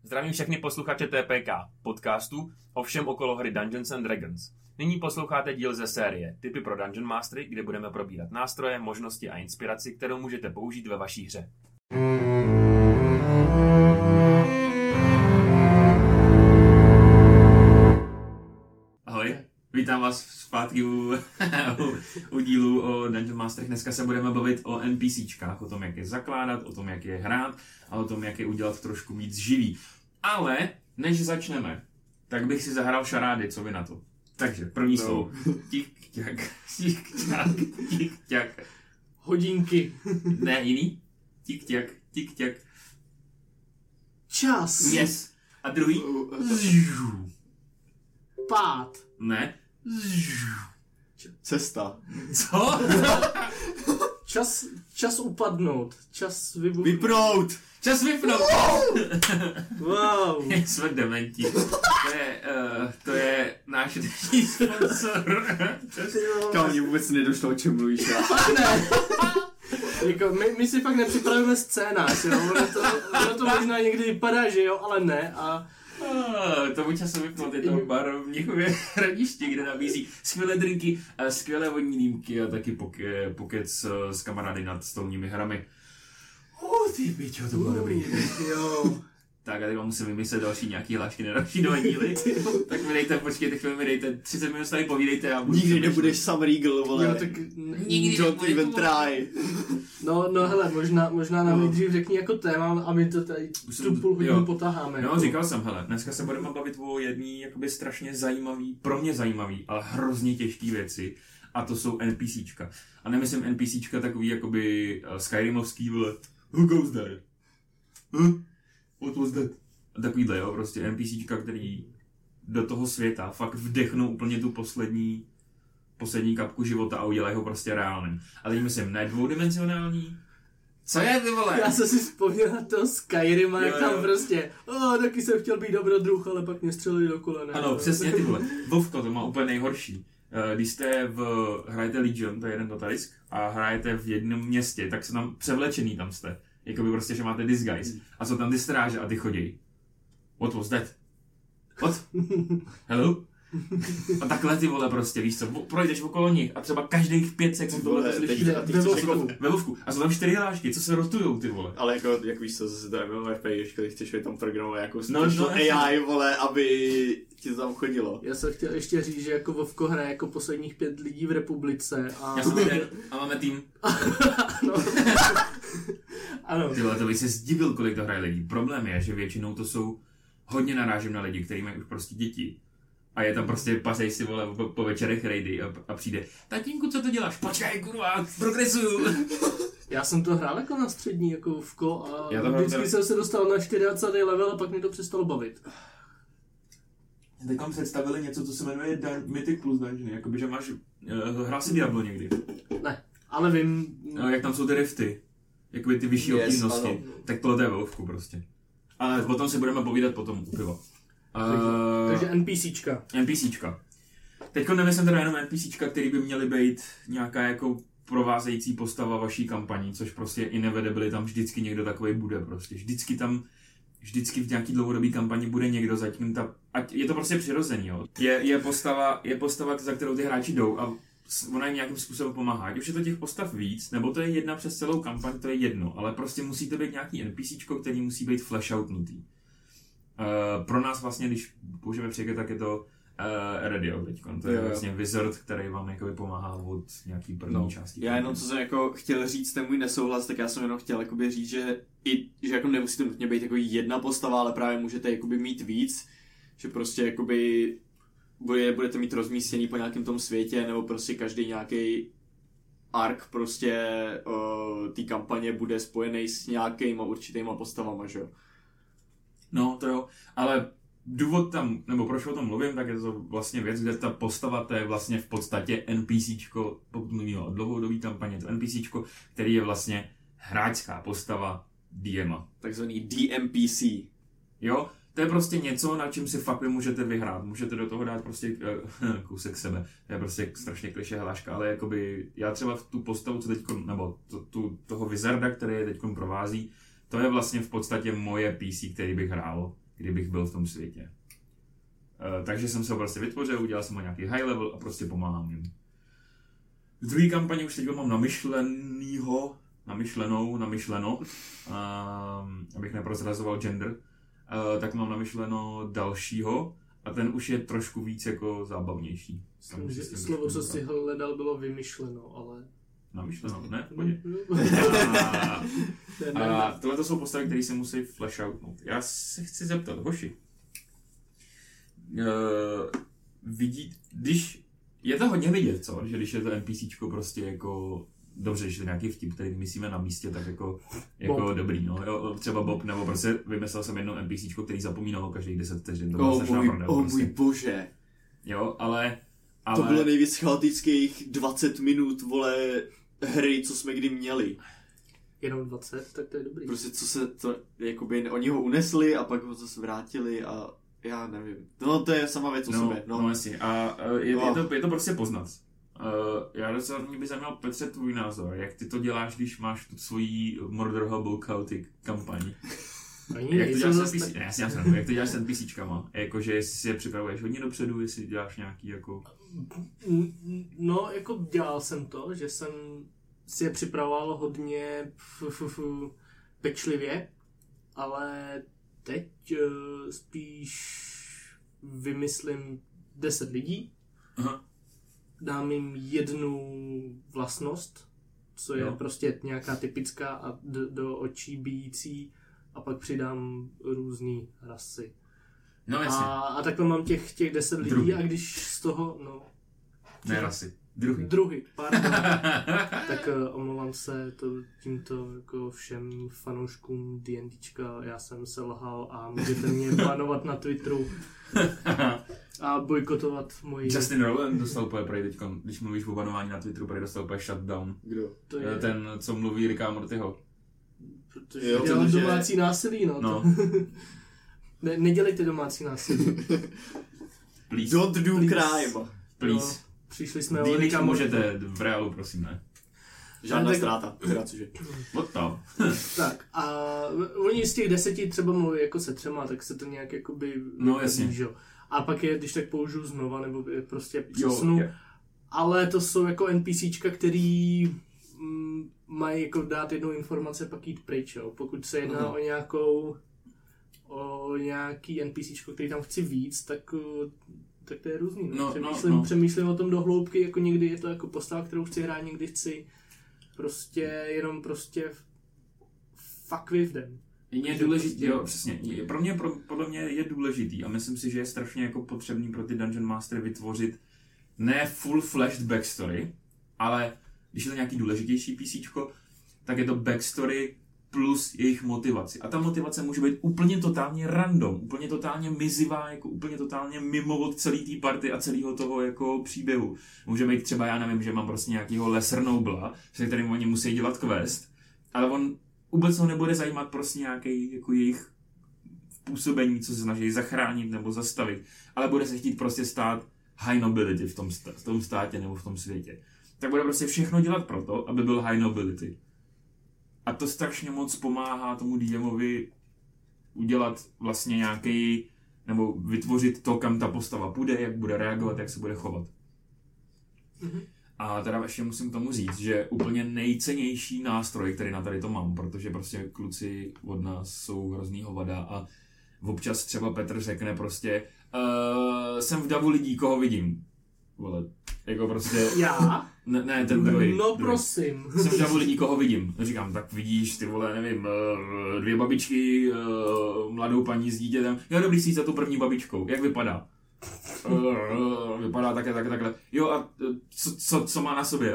Zdravím všechny posluchače TPK, podcastu o všem okolo hry Dungeons and Dragons. Nyní posloucháte díl ze série Tipy pro Dungeon Mastery, kde budeme probírat nástroje, možnosti a inspiraci, kterou můžete použít ve vaší hře. Ahoj, vítám vás zpátky u dílu o Dungeon Masterech. Dneska se budeme bavit o NPCčkách, o tom, jak je zakládat, o tom, jak je hrát a o tom, jak je udělat trošku víc živý. Ale než začneme, tak bych si zahrál šarády, co vy na to? Takže, první slovo. Tik-ťak, tik-ťak, tik-ťak. Hodinky. Ne, jiný? Tik-ťak, tik-ťak. Čas. Yes. A druhý? Pád. Ne. Cesta. Co? Čas upadnout. Čas Vypnout. Čas vypnout. Wow. Jsme dementi. To je náš dnešní sponsor. Kámo, mě vůbec nedošlo, o čem mluvíš. Ne. Jako, my si fakt nepřipravíme scénář, jo? Ono to možná někdy vypadá, že jo, ale ne. A tomu času vypnout je to bar v Mnichově Hradišti, kde nabízí skvělé drinky, skvělé vodní dýmky a taky pokec s kamarády nad stolními hrami. Ty pičo, to bylo dobrý. Jo. Tak a teď vám musím vymyslet další nějaký hlášky na další nové díly. Tak mi dejte, počkejte chvíli, mi dejte 30 minut tady povídejte a budu... Nikdy nebudeš Sam Regal, vole. Jo, tak Nikdy Don't even try. No hele, možná nám nejdřív řekni jako téma a my to tady tu půl hodinu potaháme. No, jako. říkal jsem, hele, dneska se budeme bavit o jedný jakoby strašně zajímavý, pro mě zajímavý, ale hrozně těžký věci. A to jsou NPCčka. A nemyslím NPCčka takový jakoby Skyrimovský, vole. Who goes there? What was that? Takovýhle, jo, prostě NPCčka, který do toho světa fakt vdechnou úplně tu poslední kapku života a udělají ho prostě reálným. A teď myslím, ne dvoudimenzionální. Co je, ty vole? Já jsem si vzpomněl na toho Skyrima, jak tam jo. prostě, taky jsem chtěl být dobrodruh, ale pak mě střelili do kolene. Ano, přesně, ty vole. Vovko to má úplně nejhorší. Když jste hrajete Legion, to je jeden totalisk, a hrajete v jednom městě, tak se tam převlečený tam jste. Jakoby prostě, že máte disguise. A jsou tam ty stráže a ty chodí. What was that? What? Hello? A takhle ty vole prostě, víš co, projdeš okolo nich a třeba každých 5 sekund tohle to slyšíš. Ve Vovku. A jsou tam 4 hlášky, co se rotujou, ty vole. Ale jako, jak víš co, zase to MMORPG, když chceš tam programovat jako No, AI, vole, aby ti to tam chodilo. Já jsem chtěl ještě říct, že jako Vovko hraje jako posledních 5 lidí v republice a... Já jsem jeden a máme tým. Ano. Ty vole, to bych se zdivil, kolik to hraje lidí. Problém je, že většinou to jsou hodně narážím na lidi, kteří mají už prostě děti. A je tam prostě pasej si, vole, po večerech rejdy a přijde. Tatínku, co to děláš? Počkej, kurva, progresuju. Já jsem to hrál jako na střední, jako Vovko a vždycky jsem se dostal na 40. level a pak mě to přestalo bavit. Teď tam představili něco, co se jmenuje Mythic plus Dungeon, jakoby, že máš, hrál si Diablo někdy? Ne, ale vím... No, jak tam jsou ty rifty, jakoby ty vyšší obtížnosti, tak tohle je Vovku prostě. Ale o tom si budeme povídat potom u piva. Takže NPCčka. Teďko nemyslím teda jenom NPCčka, který by měly být nějaká jako provázející postava vaší kampaní, což prostě inevitably tam vždycky někdo takovej bude prostě. Vždycky v nějaký dlouhodobý kampani bude někdo, zatím ať je to prostě přirozený, jo. Je postava, za kterou ty hráči jdou a ona jim nějakým způsobem pomáhá. Ať už je to těch postav víc, nebo to je jedna přes celou kampaň, to je jedno, ale prostě musí to být nějaký NPCčko, který musí být flashoutnutý. Pro nás vlastně, když použijeme přijde, tak je to radio teďkon. To je vlastně wizard, který vám jakoby pomáhá od nějaký první části. Já jenom, co jsem jako chtěl říct, ten můj nesouhlas, tak já jsem jenom chtěl jakoby říct, že jako nemusíte nutně být jako jedna postava, ale právě můžete jakoby mít víc, že prostě jakoby budete mít rozmístěný po nějakém tom světě, nebo prostě každý nějaký ark prostě té kampaně bude spojený s nějakýma určitýma postavama, že jo? No, to jo, ale důvod tam, nebo proč o tom mluvím, tak je to vlastně věc, kde ta postava, to je vlastně v podstatě NPCčko, pokud mluvíme o dlouhodobý kampaně, to NPCčko, který je vlastně hráčská postava DMa. Takzvaný DMPC. Jo, to je prostě něco, na čím si fakt vy můžete vyhrát. Můžete do toho dát prostě kousek sebe. To je prostě strašně klišé hláška, ale jakoby já třeba v tu postavu, co teďko, nebo toho wizarda, který je teďko provází, to je vlastně v podstatě moje PC, který bych hrál. kdybych byl v tom světě. Takže jsem se ho prostě vytvořil, udělal jsem ho nějaký high level a prostě pomáhám jim. V druhé kampani už teď mám namyšleno, abych neprozrazoval gender, tak mám namyšleno dalšího a ten už je trošku víc jako zábavnější. Slovo, co si hledal, bylo vymyšleno, ale... Namyšleno, ne? A tohle jsou postavy, které se musí flash outnout. Já se chci zeptat, hoši. Když je to hodně vidět, co? Že když je to NPCčko prostě jako dobře, když je to nějaký vtip, který myslíme na místě, tak jako dobrý, no. Jo, třeba Bob, nebo prostě vymyslel jsem jedno NPCčko, který zapomínalo každých 10 vteřin. Můj bože. Jo, ale... To bylo nejvíc chaotických 20 minut, vole, hry, co jsme kdy měli. Jenom 20, tak to je dobrý. Prostě co se to, jakoby, oni ho unesli a pak ho zase vrátili a já nevím. No to je sama věc o sobě. No jasně. A je to prostě poznat. Já docela mě by zajímal, Petře, tvůj názor. Jak ty to děláš, když máš tu svoji Murder Hubble Chaotic kampaň? Jak to děláš s NPCčkama? Jakože jestli si je připravuješ hodně dopředu, jestli děláš nějaký jako... No, jako dělal jsem to, že jsem si je připravoval hodně pečlivě, ale teď spíš vymyslím 10 lidí, aha, dám jim jednu vlastnost, co je prostě nějaká typická a do očí bijící, a pak přidám různý rasy. No jasně. A takhle mám těch 10 lidí Druhý. a když z toho, ne rasy. Druhý, pardon. Tak omlouvám se tímto jako všem fanouškům D&Dčka, já jsem selhal a můžete mě banovat na Twitteru a bojkotovat moji... Justin Rowland dostal úplně teďko, když mluvíš o banování na Twitteru, dostal úplně shutdown. Kdo? To je... Ten, co mluví Ricka Mortyho. Protože dělal domácí násilí, no. Nedělejte domácí násilí. Please. Don't do crime. Please. No, přišli jsme o Ricka můžete, v reálu prosím ne. Žádná ztráta, teda cože. What tam. Tak a oni z těch 10 třeba mluví jako se 3, tak se to nějak jakoby... No jasně. Že? A pak je, když tak použiju znova, nebo je prostě přesnu. Ale to jsou jako NPCčka, který mají jako dát jednu informaci a pak jít pryč, jo. Pokud se jedná o nějaký NPCčko, který tam chci víc, tak to je různý. Přemýšlím o tom do hloubky, jako někdy je to jako postava, kterou chci hrát, někdy chci jenom fuck with them. Je důležitý, jo, přesně. Podle mě je důležitý a myslím si, že je strašně jako potřebný pro ty Dungeon Mastery vytvořit ne full-fledged backstory, ale když je to nějaký důležitější PCčko, tak je to backstory plus jejich motivaci. A ta motivace může být úplně totálně random, úplně totálně mizivá, jako úplně totálně mimo od celé té party a celého toho jako příběhu. Může být třeba, já nevím, že mám prostě nějakého lesser nobla, se kterým oni musí dělat quest, ale on vůbec ho nebude zajímat prostě nějaký jako jejich působení, co se snaží zachránit nebo zastavit, ale bude se chtít prostě stát high nobility v tom státě nebo v tom světě. Tak bude prostě všechno dělat proto, aby byl high nobility. A to strašně moc pomáhá tomu DMovi udělat vlastně nějaký, nebo vytvořit to, kam ta postava půjde, jak bude reagovat, jak se bude chovat. Mm-hmm. A teda ještě musím tomu říct, že úplně nejcennější nástroj, který na tady to mám, protože prostě kluci od nás jsou hrozný hovada a občas třeba Petr řekne prostě jsem v davu lidí, koho vidím. Vole, jako prostě... Já? Ne, ten druhý. No prosím. Jsem v davu lidí, koho vidím. Říkám, tak vidíš, ty vole, nevím, 2 babičky, mladou paní s dítětem. Jo, dobrý, jsi za tu první babičkou. Jak vypadá? Vypadá takhle. Jo, a co má na sobě?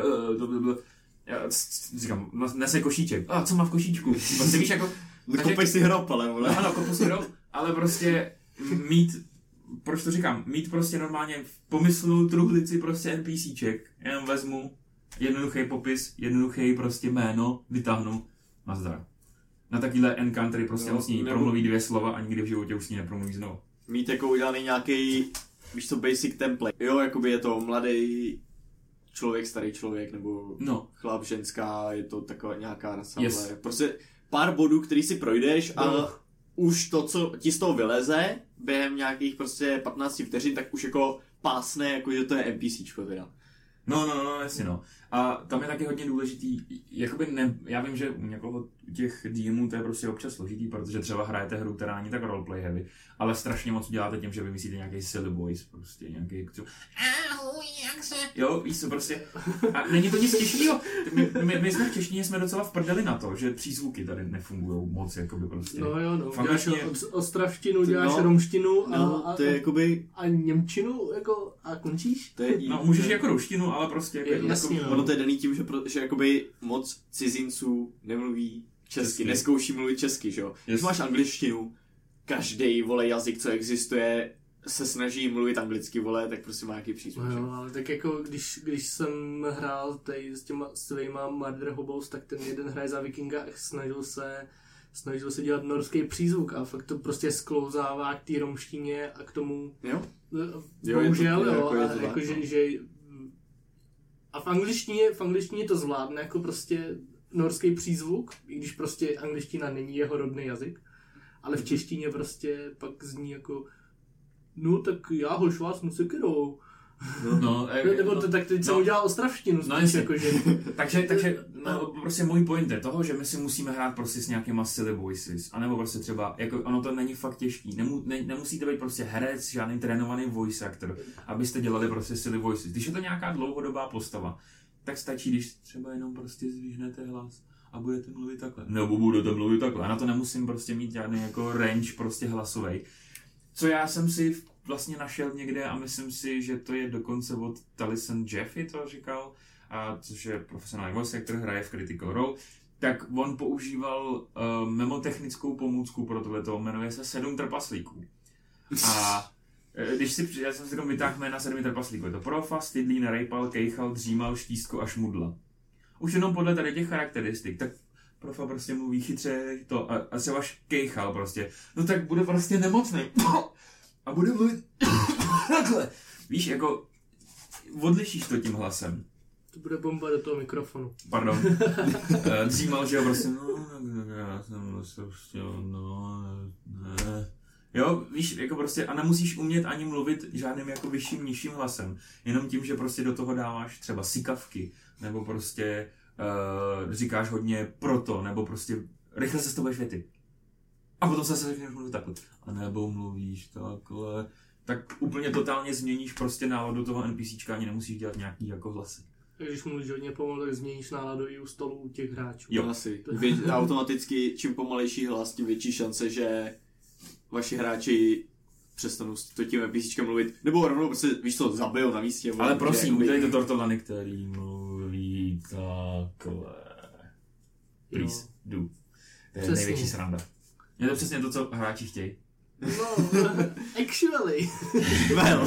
Já říkám, nese košíček. A co má v košíčku? Prostě víš, jako... Kopej si hrob, ale vole. Ano, kopu si hrob, ale prostě mít... Proč to říkám? Mít prostě normálně v pomyslu truhlici prostě NPCček. Jenom vezmu jednoduchý popis, jednoduchý prostě jméno, vytáhnu, nazdar. Na takovýhle encountery prostě on s ní promluví 2 slova a nikdy v životě už s ní nepromluví znovu. Mít jako udělaný nějaký, víš co, basic template. Jo, jakoby je to mladý člověk, starý člověk, nebo chlap, ženská, je to taková nějaká rasa. Yes. Prostě pár bodů, který si projdeš a už to, co ti z toho vyleze, během nějakých prostě 15 vteřin, tak už jako pásne, jako že to je NPCčko teda. No, jasně no. A tam je taky hodně důležitý, jakoby já vím, že u někoho těch DMů to je prostě občas složitý, protože třeba hrajete hru, která není tak roleplay heavy, ale strašně moc děláte tím, že vymyslíte nějaký silly voice, prostě nějaký jak se... Jo, víš co, prostě. A není to nic těžkého. My jsme v češtině jsme docela v prdeli na to, že přízvuky tady nefungují moc, jakoby prostě. No jo, no. Děláš ostravštinu, děláš romštinu to je jakoby... a němčinu, jako, a končíš? To je, no, můžeš jako ruštinu, ale prostě jako jasně, takový... Ono to je daný tím, že jakoby moc cizinců nemluví česky, neskouší mluvit česky, že jo? Když máš angličtinu, každý vole jazyk, co existuje, se snaží mluvit anglicky, vole, tak prostě má nějaký přízvuk. No jo, ale tak jako když jsem hrál tady s těma svýma Murder Hobos, tak ten jeden hraje za Vikinga a snažil se dělat norský přízvuk a fakt to prostě sklouzává k té romštině a k tomu... Jo? Bohužel, jo, je to jako, tak, že a v angličtině to zvládne jako prostě norský přízvuk, i když prostě angličtina není jeho rodný jazyk, ale v češtině prostě pak zní jako no tak já ho švácnu sekyrou. Tak teď jsem udělal ostravštinu spíš, jakože. takže prostě můj point je toho, že my si musíme hrát prostě s nějakýma silly voices, anebo prostě třeba, jako ono to není fakt těžký, nemusíte být prostě herec, žádný trénovaný voice actor, abyste dělali prostě silly voices. Když je to nějaká dlouhodobá postava, tak stačí, když třeba jenom prostě zvíhnete hlas a budete mluvit takhle. Nebo budete mluvit takhle. A na to nemusím prostě mít žádný jako range prostě hlasovej. Co já jsem si vlastně našel někde a myslím si, že to je dokonce od Taliesin Jeffy to říkal, což je profesionální voice actor, hraje v Critical Role, tak on používal memotechnickou pomůcku pro tohleto, jmenuje se 7 trpaslíků. A já jsem si tam vytáhl jména 7 trpaslíků. Je to Profa, Stydlín, Rejpal, Kejchal, Dřímal, Štízko a Šmudla. Už jenom podle tady těch charakteristik, tak Profa prostě mluví chytře to a třeba Kejchal prostě, no tak bude prostě nemocný a bude mluvit takhle. Víš, jako odlišíš to tím hlasem. To bude bomba do toho mikrofonu. Pardon. Dřímal, že jo, prostě, já jsem prostě, ne. Jo, víš, jako prostě, a nemusíš umět ani mluvit žádným jako vyšším, nižším hlasem. Jenom tím, že prostě do toho dáváš třeba sykavky, nebo prostě říkáš hodně proto, nebo prostě rychle se stavuješ věty. A potom se začneš mluvit takhle. A nebo mluvíš takhle. Tak úplně totálně změníš prostě náladu toho NPCčka, ani nemusíš dělat nějaký jako hlasy. Když mluvíš hodně pomalu, tak změníš náladu i u stolu u těch hráčů. Jo, asi. Automaticky, čím pomalejší hlas, tím větší šance, že vaši hráči přestanou to tím NPCčkem mluvit. Nebo rovnou prostě, víš co, zabijou na místě. Ale prosím, udělejte tortolany, který mluví takhle. Please, do. To je největší sranda. Je to přesně to, co hráči chtějí. No, actually. Well.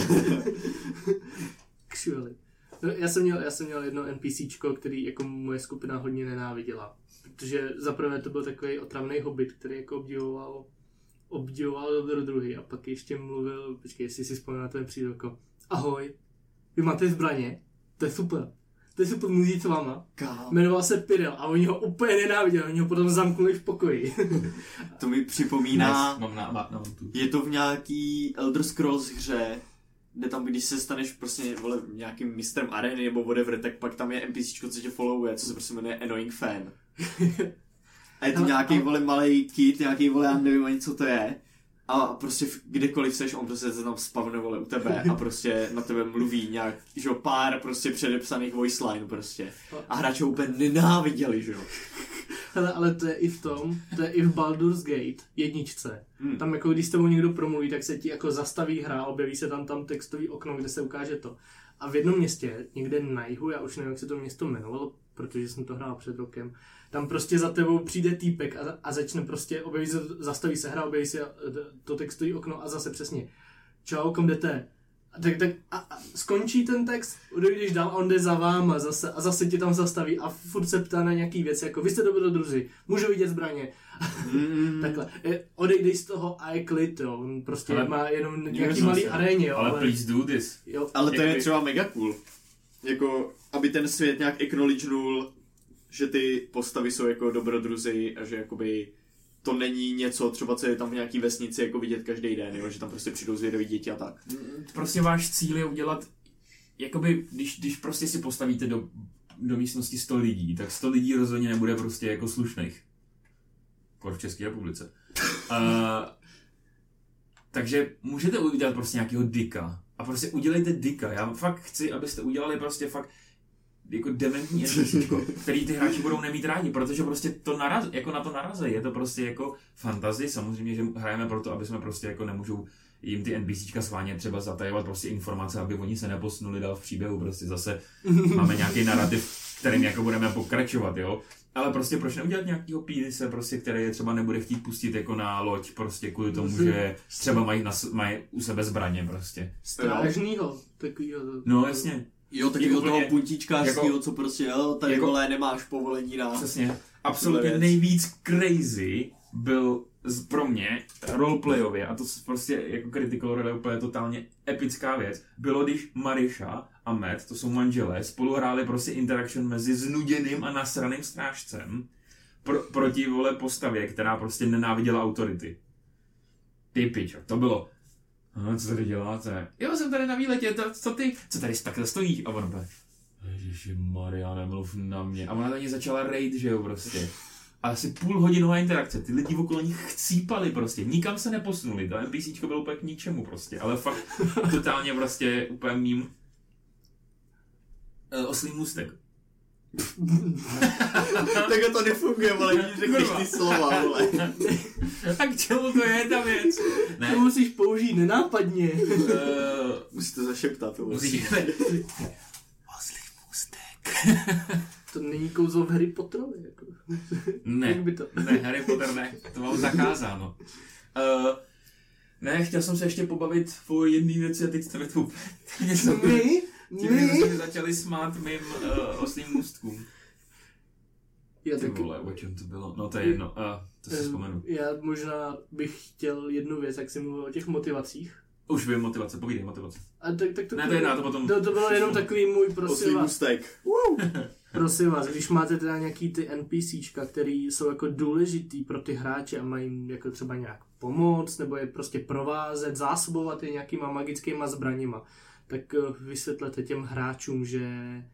Actually. No, já jsem měl jedno NPCčko, který jako moje skupina hodně nenáviděla. Protože zaprvé to byl takový otravný hobbit, který jako obdivoval dobrodruhy a pak ještě mluvil, počkej, jestli si vzpomínám na ten přízvuk, jako ahoj, vy máte zbraně? To je super, mluvit s váma. Jmenoval se Pirel a oni ho úplně nenáviděli, oni ho potom zamknuli v pokoji. To mi připomíná, Nice. je to v nějaký Elder Scrolls hře, kde tam, když se staneš prostě vole, nějakým mistrem areny nebo whatever, tak pak tam je NPCčko, co tě followuje, co se prostě jmenuje Annoying Fan. A je to nějaký vole malej kid, nějaký vole, já nevím ani co to je. A prostě kdekoliv seš, on prostě se tam spavne vole u tebe a prostě na tebe mluví nějak, že jo, pár prostě předepsaných voice line prostě. A hráči ho úplně nenáviděli, že jo. Hele, ale to je i v Baldur's Gate jedničce. Tam jako když s tebou někdo promluví, tak se ti jako zastaví hra, objeví se tam textový okno, kde se ukáže to. A v jednom městě, někde na jihu, já už nevím, jak se to město jmenovalo, protože jsem to hrál před rokem, tam prostě za tebou přijde týpek a začne prostě, zastaví se hra, objeví se to textový okno a zase přesně čau, kam jdete? A skončí ten text, odejdeš dál a on jde za váma zase a zase tě tam zastaví a furt se ptá na nějaký věci, jako vy jste dobrodruzi, můžu vidět zbraně. Takhle, odejdeš z toho a je klid, jo, on prostě má jenom nějaký malý aréně, jo. Ale please do this. Jo, ale to je třeba mega cool. Jako, aby ten svět nějak acknowledgenul, že ty postavy jsou jako dobrodruzi a že jakoby to není něco, třeba co je tam v nějaký vesnici jako vidět každý den, jo? Že tam prostě přijdou zvědaví děti a tak. Prostě váš cíl je udělat, jakoby, když prostě si postavíte do místnosti 100 lidí, tak 100 lidí rozhodně nebude prostě jako slušných. Kor v České republice. Takže můžete udělat prostě nějakého dika. A prostě udělejte dika. Já fakt chci, abyste udělali prostě fakt jako dementní NPCčko, který ty hráči budou nemít rádi, protože prostě to jako na to narazí. Je to prostě jako fantasy, samozřejmě, že hrajeme proto, aby jsme prostě jako nemůžou jim ty NPCčka sváně třeba zatajovat prostě informace, aby oni se neposunuli dál v příběhu, prostě zase máme nějaký narrativ, kterým jako budeme pokračovat, jo. Ale prostě proč neudělat nějakýho pínise, prostě, který je třeba nebude chtít pustit jako na loď, prostě kvůli tomu, že třeba mají u sebe zbraně prostě. Strážnýho, takovýho. No jasně. Jo, takového toho puntíčkářského, jako, co prostě, jo, tady jako, vole, nemáš povolení na... Přesně. Absolutně nejvíc crazy byl pro mě roleplayově, a to prostě jako critical roleplay je totálně epická věc, bylo, když Marisha a Matt, to jsou manželé, spolu hráli prostě interaction mezi znuděným a nasraným strážcem proti vole postavě, která prostě nenáviděla autority. Ty pičo, to bylo. Co tady děláte? Jo, jsem tady na výletě, co tady takhle stojíš? A on byl, ježišmarja, nemluv na mě. A ona tady začala raid, že jo, prostě. A asi půlhodinová interakce, ty lidi okolo nich chcípali prostě, nikam se neposunuli, to NPCčko bylo úplně k ničemu prostě, ale fakt totálně prostě úplně mým oslý můstek. Tak to nefunguje, ale když řekneš ty slova, vole. A k čemu to je ta věc? Ne. To musíš použít nenápadně. Musíš to zašeptat. Oslý můstek. To není kouzlo v Harry Potterovi, jako. Ne, ne, Harry Potter ne, to mám zakázáno. Ne, chtěl jsem se ještě pobavit o jedné věci a teď jste mi to Tím začali smát mým oslým můstkům. Já ty vole, o čem to bylo? No to je jedno, to si vzpomenu. Já možná bych chtěl jednu věc, jak jsi mluvil o těch motivacích. Už vím motivace, povídej motivace. Tak to, ne, to je jedná, to potom... To bylo jenom takový můj, prosím oslý můstek. Prosím vás, když máte teda nějaký ty NPCčka, který jsou jako důležitý pro ty hráče a mají jako třeba nějak pomoct, nebo je prostě provázet, zásobovat je nějakýma magickýma zbraněma, tak vysvětlete těm hráčům, že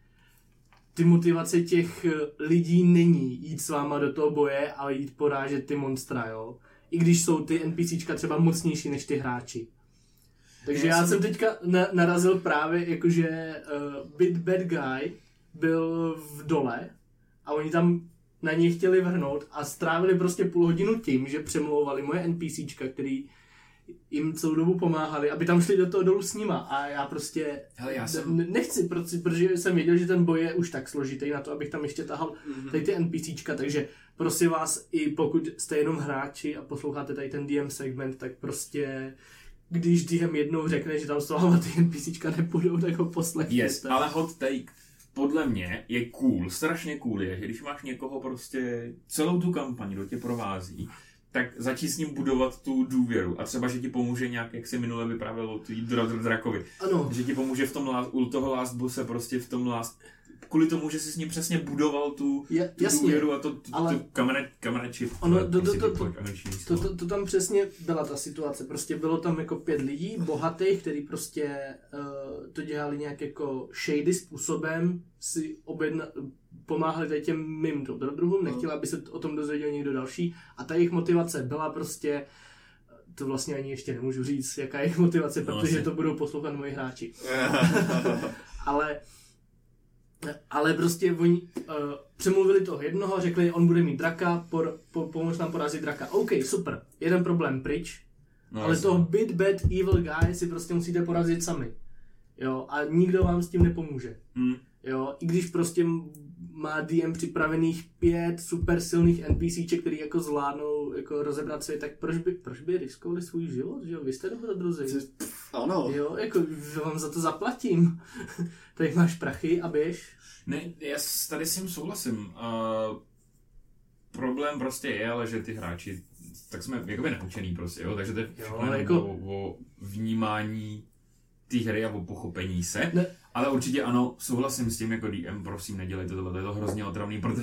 ty motivace těch lidí není jít s váma do toho boje, ale jít porážet ty monstra, jo. I když jsou ty NPCčka třeba mocnější než ty hráči. Takže já jsem teďka narazil právě, jakože Bit Bad Guy byl v dole a oni tam na něj chtěli vrhnout a strávili prostě půl hodinu tím, že přemlouvali moje NPCčka, který jim celou dobu pomáhali, aby tam šli do toho dolu s nima a já prostě nechci, protože jsem věděl, že ten boj je už tak složitý na to, abych tam ještě tahal tady ty NPCčka, takže prosím vás, i pokud jste jenom hráči a posloucháte tady ten DM segment, tak prostě když DM jednou řekne, že tam s váma ty NPCčka nepůjdou, tak ho poslechněte. Yes, ale hot take podle mě je cool, strašně cool je, že když máš někoho prostě celou tu kampaň, kdo tě provází, tak začít s ním budovat tu důvěru a třeba, že ti pomůže nějak, jak se minule vyprávělo o drakovi, ano. Že ti pomůže v tom u toho last bosse prostě v tom kvůli tomu, že jsi s ním přesně budoval tu důvěru a tu kamarečit. To tam přesně byla ta situace, prostě bylo tam jako 5 lidí, bohatých, který prostě to dělali nějak jako shady způsobem, si pomáhali tady těm mým dobrodruhům, nechtěla, aby se o tom dozvěděl někdo další a ta jejich motivace byla prostě, to vlastně ani ještě nemůžu říct, jaká je jejich motivace, protože to budou poslouchat moji hráči. Ale prostě oni přemluvili toho jednoho, řekli, on bude mít draka, pomož nám porazit draka. OK, super, jeden problém pryč, ale toho Bit Bad Evil Guy si prostě musíte porazit sami. Jo, a nikdo vám s tím nepomůže. Jo, i když prostě má DM připravených 5 super silných NPCček, který jako zvládnou jako rozebrat se, tak proč by riskovali svůj život, že jo? Vy jste dobrodruzi. Ano. Jo, jako vám za to zaplatím. Tady máš prachy a běž. Ne, já tady s tím souhlasím. Problém prostě je, ale že ty hráči, tak jsme jakoby naučený prostě, jo? Takže to je jako... o vnímání té hry a o pochopení se. Ne. Ale určitě ano, souhlasím s tím jako DM, prosím, nedělejte tohle, to je to hrozně otravný, protože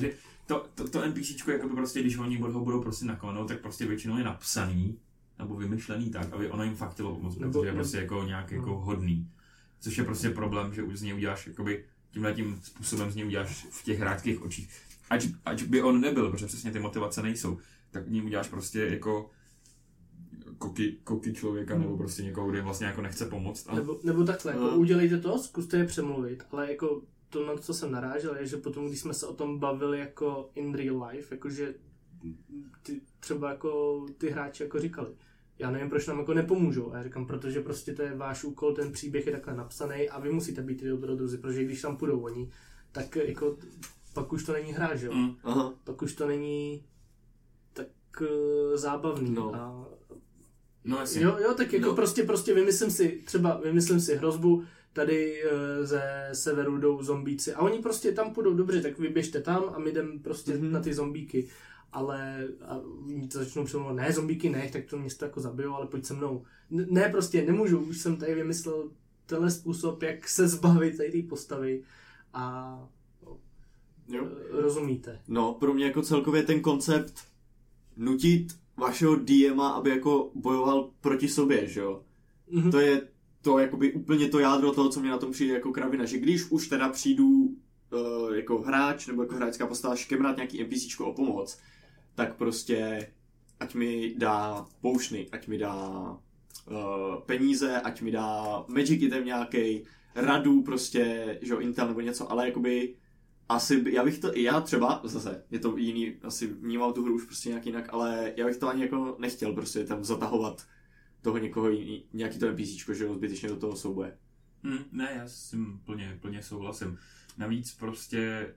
to NPCčko, jakoby prostě, když oni ho budou prostě naklenout, tak prostě většinou je napsaný, nebo vymyšlený tak, aby ono jim fakt chtělo pomoct, protože je prostě jako nějak jako hodný. Což je prostě problém, že už z něj uděláš, jakoby tímhletím způsobem z něj uděláš v těch hráčských očích. Ať by on nebyl, protože přesně ty motivace nejsou, tak ním uděláš prostě jako koky člověka, nebo prostě někoho, kdo vlastně jako nechce pomoct. A... Nebo takhle, jako udělejte to, zkuste je přemluvit, ale jako to, na co jsem narážel, je, že potom, když jsme se o tom bavili jako in real life, jakože třeba jako ty hráči jako říkali, já nevím, proč nám jako nepomůžou. A já říkám, protože prostě to je váš úkol, ten příběh je takhle napsaný a vy musíte být ty dobrodruzi, protože když tam půjdou oni, tak jako pak už to není hra, že jo? Pak už to není tak zábavný. No. No jasně. Jo, tak jako prostě vymyslím si hrozbu, tady ze severu jdou zombíci a oni prostě tam půjdou, dobře, tak vy běžte tam a my jdem prostě na ty zombíky. Ale oni to začnou přemlouvat, ne, zombíky ne, tak to město jako zabijou, ale pojď se mnou. Ne, prostě nemůžu, už jsem tady vymyslel tenhle způsob, jak se zbavit tady té postavy a rozumíte. No, pro mě jako celkově ten koncept nutit vašeho DMa, aby jako bojoval proti sobě, že jo? To je to jakoby úplně to jádro toho, co mě na tom přijde jako kravina, že když už teda přijdu jako hráč nebo jako hráčská postava škemrat nějaký NPCčko o pomoc, tak prostě ať mi dá poušny, ať mi dá peníze, ať mi dá magic item nějaký, radu prostě, že jo, intel nebo něco, ale jakoby asi, já třeba, zase, je to jiný, asi vnímám tu hru už prostě nějak jinak, ale já bych to ani jako nechtěl prostě tam zatahovat toho někoho nějaký to NPCčko, že jo, zbytečně do toho souboje. Ne, já s tím plně souhlasím. Navíc prostě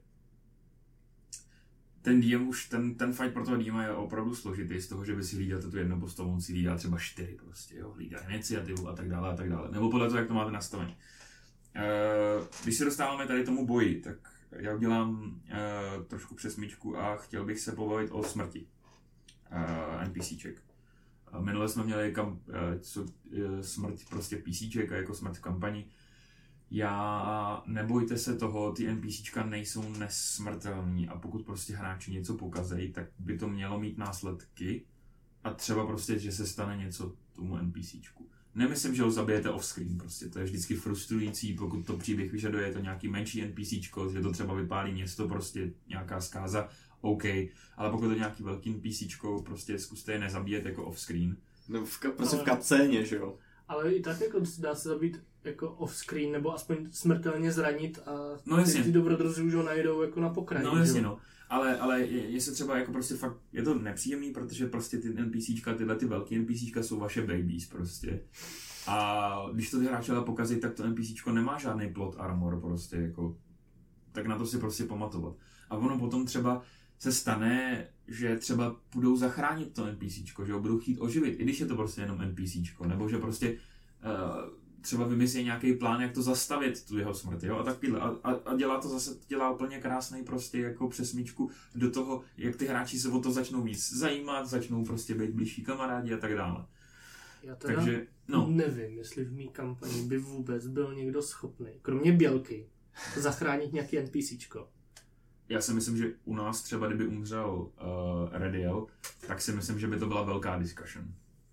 ten DM už, ten fight pro toho DM je opravdu složitý z toho, že by si hlídal tu jednu postavu, on si hlídá třeba 4 prostě, jo, hlídá iniciativu a tak dále. Nebo podle toho, jak to máte nastavené. Když se dostáváme tady tomu boji, tak já udělám trošku přesmyčku a chtěl bych se pobavit o smrti NPCček. Minule jsme měli smrt prostě PCček a jako smrt v kampani. Nebojte se toho, ty NPCčka nejsou nesmrtelní a pokud prostě hráči něco pokazejí, tak by to mělo mít následky a třeba prostě, že se stane něco tomu NPCčku. Nemyslím, že ho zabijete off-screen, prostě to je vždycky frustrující, pokud to příběh vyžaduje, je to nějaký menší NPCčko, že to třeba vypálí město, prostě nějaká zkáza, OK, ale pokud to nějaký velký NPCčko, prostě zkuste je nezabíjet jako off-screen. No prostě v cutscéně, že jo. Ale i tak jako dá se zabít jako off-screen, nebo aspoň smrtelně zranit a ty dobrodruzi už ho najdou jako na pokraji. No jasně, no. Ale je se třeba jako prostě fakt, je to nepříjemný, protože prostě ty NPCčka, tyhle ty velký NPCčka jsou vaše babies prostě. A když to ty hráči ale pokazí, tak to NPCčko nemá žádný plot armor prostě jako, tak na to si prostě pamatovat. A ono potom třeba se stane, že třeba budou zachránit to NPCčko, že ho budou chtít oživit, i když je to prostě jenom NPCčko, nebo že prostě třeba vymyslí nějaký plán, jak to zastavit, tu jeho smrt, jo, a takovýhle. A dělá úplně krásnej prostě jako přesmyčku do toho, jak ty hráči se o to začnou víc zajímat, začnou prostě být blížší kamarádi a tak dále. Já teda nevím, jestli v mý kampani by vůbec byl někdo schopný, kromě Bělky, zachránit nějaký NPCčko. Já si myslím, že u nás třeba, kdyby umřel Rediel, tak si myslím, že by to byla velká discussion.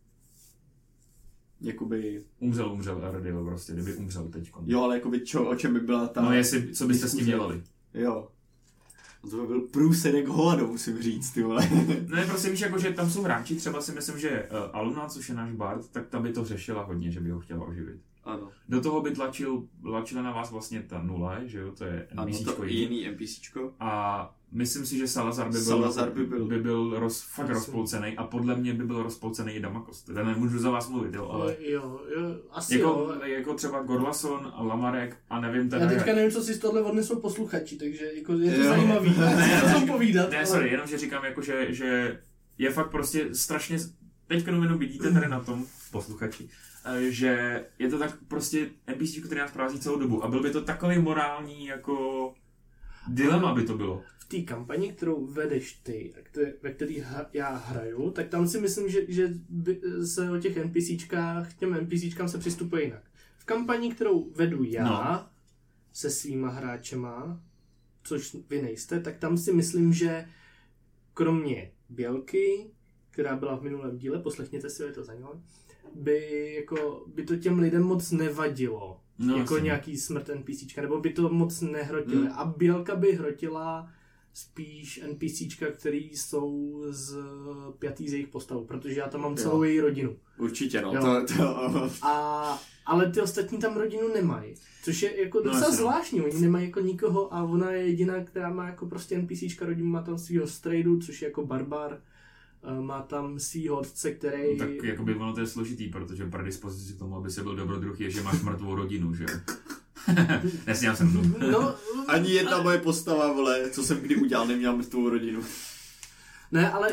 Jakoby... Umřel Rediel prostě, kdyby umřel teďkon. Jo, ale jakoby o čem by byla ta... No co byste s tím dělali? Jo. To by byl průsedek hovado, musím říct, ty vole. Ne, prostě víš, jako, že tam jsou hráči, třeba si myslím, že Aluna, což je náš bard, tak ta by to řešila hodně, že by ho chtěla oživit. Ano. Do toho by tlačila na vás vlastně ta nula, že jo, to je NPCčko. Ano, to jiný NPCčko. A myslím si, že Salazar by byl fakt rozpolcený a podle mě by byl rozpolcený i Damakos. Teda nemůžu za vás mluvit, jo, ale... Jo, asi jako třeba Gorlason a Lamarek a nevím teda... Já teďka nevím, co si z tohle odnesou posluchači, takže jako je to zajímavý. Ne, povídat. Ne, sorry, jenom že říkám, jako, že je fakt prostě strašně... Teďka jenom vidíte tady na tom, posluchači, že je to tak prostě NPC, který nás provází celou dobu a byl by to takový morální jako dilema by to bylo. V té kampani, kterou vedeš ty, ve který já hraju, tak tam si myslím, že se o těch těm NPCčkám se přistupuje jinak. V kampani, kterou vedu já se svýma hráčema, což vy nejste, tak tam si myslím, že kromě Bělky, která byla v minulém díle, poslechněte si, je to zajímavé, by to těm lidem moc nevadilo. No, jako asi. nějaký smrt NPCčka, nebo by to moc nehrotili. A Bělka by hrotila spíš NPCčka, který jsou pjatý z jejich postavu, protože já tam mám celou její rodinu. Určitě, no. Ale ty ostatní tam rodinu nemají. Což je jako docela zvláštní. Oni nemají jako nikoho a ona je jediná, která má jako prostě NPCčka rodinu, má tam svýho strejdu, což je jako barbar. Má tam svýho otce, který... No, tak jakoby ono to je složitý, protože predispozici k tomu, aby se byl dobrodruh, je, že máš mrtvou rodinu, že jo? Nesněl jsem to. No, ani jedna moje postava, vole, co jsem kdy udělal, neměla mrtvou rodinu. Ne, ale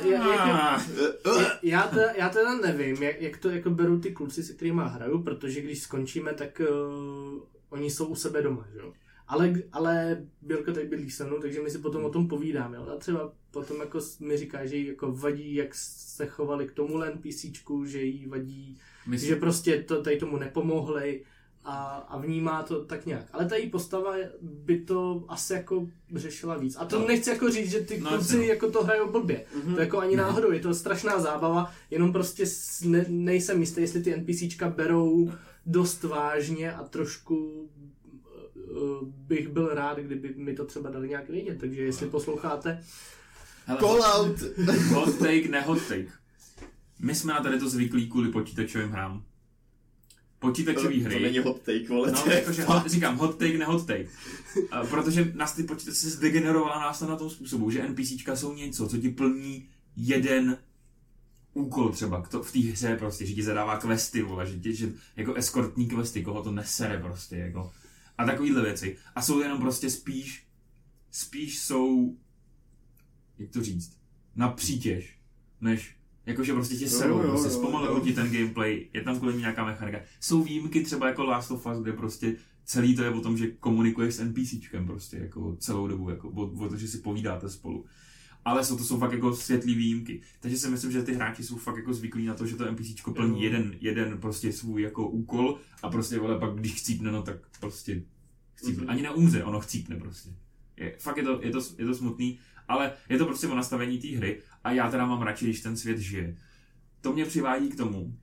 já teda nevím, jak to jako berou ty kluci, se kterými hraju, protože když skončíme, tak oni jsou u sebe doma, že jo? Ale Bělka tady bydlí se mnou, takže my si potom o tom povídáme. A třeba potom jako mi říká, že jí jako vadí, jak se chovali k tomuhle NPCčku, že jí vadí, že prostě tady tomu nepomohli a vnímá to tak nějak. Ale ta její postava by to asi jako řešila víc. A to nechci jako říct, že ty kluci jako to hrajou blbě. To jako ani náhodou, je to strašná zábava, jenom prostě nejsem jistý, jestli ty NPCčka berou dost vážně a trošku bych byl rád, kdyby mi to třeba dali nějak vědět, takže jestli posloucháte... Call out! Hot take, ne hot take. My jsme na tady to zvyklí kvůli počítačovým hrám. Počítačový hry... To není hot take, vole. No, jakože říkám hot take, ne hot take. Protože nás ty počítače se zdegenerovala nás na tom způsobu, že NPCčka jsou něco, co ti plní jeden úkol třeba v té hře prostě, že ti zadává questy, vole, že jako eskortní questy, koho to nesere prostě, jako... A takovýhle věci. A jsou jenom prostě spíš jsou, jak to říct, na přítěž, než, jakože prostě tě serou, prostě zpomalujou ti ten gameplay, je tam kvůli nějaká mechanika. Jsou výjimky třeba jako Last of Us, kde prostě celý to je o tom, že komunikuješ s NPCčkem prostě, jako celou dobu, jako o to, že si povídáte spolu. Ale to jsou fakt jako světlý výjimky. Takže si myslím, že ty hráči jsou fakt jako zvyklí na to, že to NPCčko plní jeden prostě svůj jako úkol a prostě vole pak když chcípne, no tak prostě chcípne. Ani neumře, ono chcípne prostě. Fakt je to smutný, ale je to prostě o nastavení té hry a já teda mám radši, když ten svět žije. To mě přivádí k tomu,